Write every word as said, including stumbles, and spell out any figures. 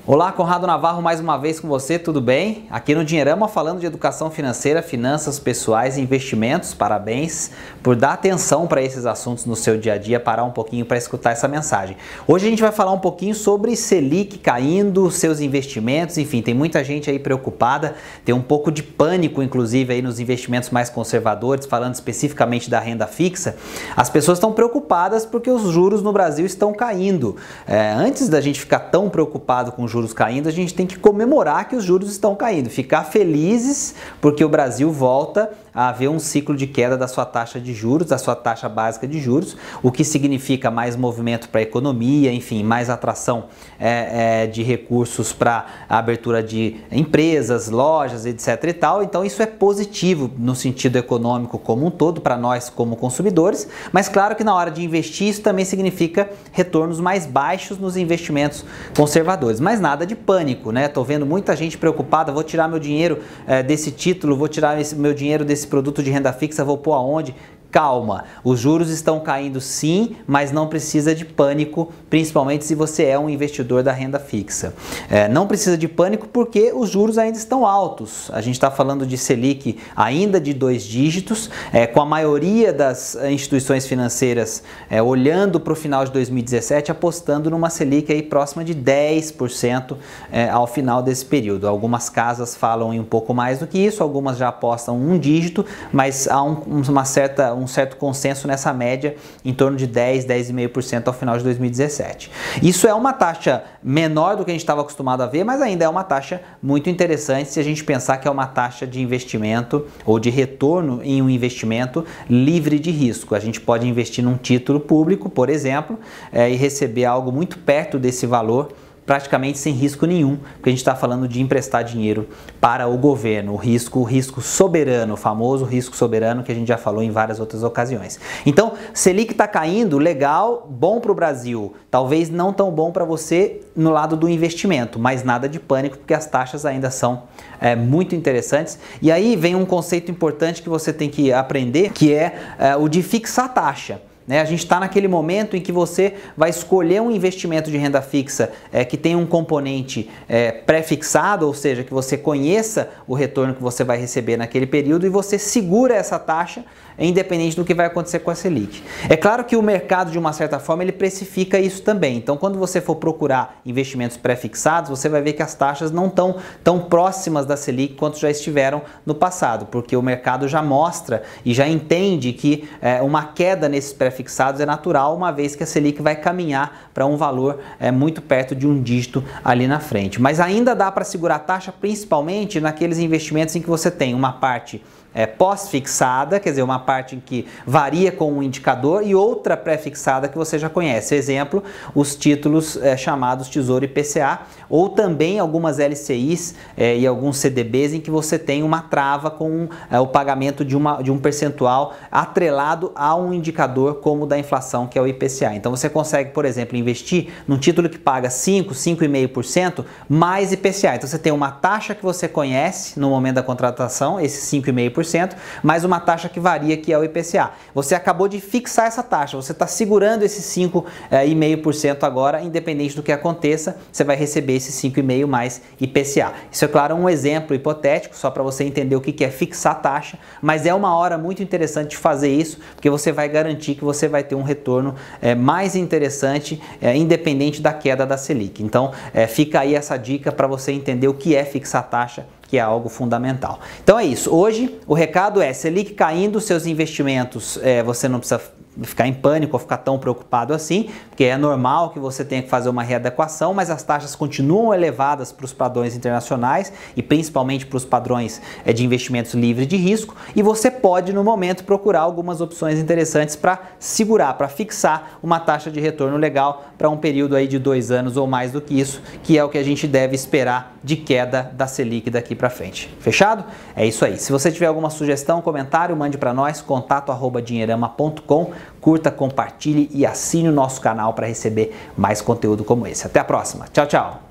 Olá, Conrado Navarro mais uma vez com você, tudo bem? Aqui no Dinheirama falando de educação financeira, finanças pessoais e investimentos. Parabéns por dar atenção para esses assuntos no seu dia a dia, parar um pouquinho para escutar essa mensagem. Hoje a gente vai falar um pouquinho sobre Selic caindo, seus investimentos, enfim, tem muita gente aí preocupada, tem um pouco de pânico inclusive aí nos investimentos mais conservadores, falando especificamente da renda fixa. As pessoas estão preocupadas porque os juros no Brasil estão caindo. É, antes da gente ficar tão preocupado com os juros caindo, a gente tem que comemorar que os juros estão caindo, ficar felizes porque o Brasil volta a haver um ciclo de queda da sua taxa de juros, da sua taxa básica de juros, o que significa mais movimento para a economia, enfim, mais atração é, é, de recursos para a abertura de empresas, lojas, etc e tal. Então isso é positivo no sentido econômico como um todo, para nós como consumidores, mas claro que na hora de investir isso também significa retornos mais baixos nos investimentos conservadores, mas nada de pânico, né? Tô vendo muita gente preocupada, vou tirar meu dinheiro é, desse título, vou tirar esse, meu dinheiro desse produto de renda fixa, vou pôr aonde? Calma, os juros estão caindo sim, mas não precisa de pânico, principalmente se você é um investidor da renda fixa. É, não precisa de pânico porque os juros ainda estão altos. A gente está falando de Selic ainda de dois dígitos, é, com a maioria das instituições financeiras é, olhando para o final de dois mil e dezessete, apostando numa Selic aí próxima de dez por cento é, ao final desse período. Algumas casas falam em um pouco mais do que isso, algumas já apostam um dígito, mas há um, uma certa... Um um certo consenso nessa média em torno de dez, dez vírgula cinco por cento ao final de dois mil e dezessete. Isso é uma taxa menor do que a gente estava acostumado a ver, mas ainda é uma taxa muito interessante se a gente pensar que é uma taxa de investimento ou de retorno em um investimento livre de risco. A gente pode investir num título público, por exemplo, é, e receber algo muito perto desse valor, praticamente sem risco nenhum, porque a gente está falando de emprestar dinheiro para o governo, o risco, o risco soberano, o famoso risco soberano que a gente já falou em várias outras ocasiões. Então, Selic está caindo, legal, bom para o Brasil, talvez não tão bom para você no lado do investimento, mas nada de pânico, porque as taxas ainda são é, muito interessantes. E aí vem um conceito importante que você tem que aprender, que é, é o de fixar taxa. Né? A gente está naquele momento em que você vai escolher um investimento de renda fixa é, que tem um componente é, pré-fixado, ou seja, que você conheça o retorno que você vai receber naquele período e você segura essa taxa independente do que vai acontecer com a Selic. É claro que o mercado, de uma certa forma, ele precifica isso também. Então, quando você for procurar investimentos pré-fixados, você vai ver que as taxas não estão tão próximas da Selic quanto já estiveram no passado, porque o mercado já mostra e já entende que é, uma queda nesses pré-fixados é natural, uma vez que a Selic vai caminhar para um valor é, muito perto de um dígito ali na frente. Mas ainda dá para segurar a taxa, principalmente naqueles investimentos em que você tem uma parte É, pós-fixada, quer dizer, uma parte em que varia com um indicador, e outra pré-fixada que você já conhece. Exemplo, os títulos é, chamados Tesouro I P C A, ou também algumas L C Is é, e alguns C D Bs em que você tem uma trava com é, o pagamento de, uma, de um percentual atrelado a um indicador como o da inflação, que é o I P C A. Então você consegue, por exemplo, investir num título que paga cinco, cinco vírgula cinco por cento mais I P C A. Então você tem uma taxa que você conhece no momento da contratação, esse cinco vírgula cinco por cento, mais uma taxa que varia, que é o I P C A. Você acabou de fixar essa taxa, você está segurando esse cinco vírgula cinco por cento agora, independente do que aconteça, você vai receber esse cinco vírgula cinco por cento mais I P C A. Isso é claro um exemplo hipotético, só para você entender o que é fixar a taxa, mas é uma hora muito interessante de fazer isso, porque você vai garantir que você vai ter um retorno é, mais interessante, é, independente da queda da Selic. Então, é, fica aí essa dica para você entender o que é fixar a taxa, que é algo fundamental. Então é isso. Hoje o recado é: Selic caindo, seus investimentos, é, você não precisa ficar em pânico ou ficar tão preocupado assim, porque é normal que você tenha que fazer uma readequação, mas as taxas continuam elevadas para os padrões internacionais e principalmente para os padrões é, de investimentos livres de risco, e você pode no momento procurar algumas opções interessantes para segurar, para fixar uma taxa de retorno legal para um período aí de dois anos ou mais do que isso, que é o que a gente deve esperar de queda da Selic daqui para frente. Fechado? É isso aí. Se você tiver alguma sugestão, comentário, mande para nós, contato arroba dinheirama ponto com. Curta, compartilhe e assine o nosso canal para receber mais conteúdo como esse. Até a próxima. Tchau, tchau.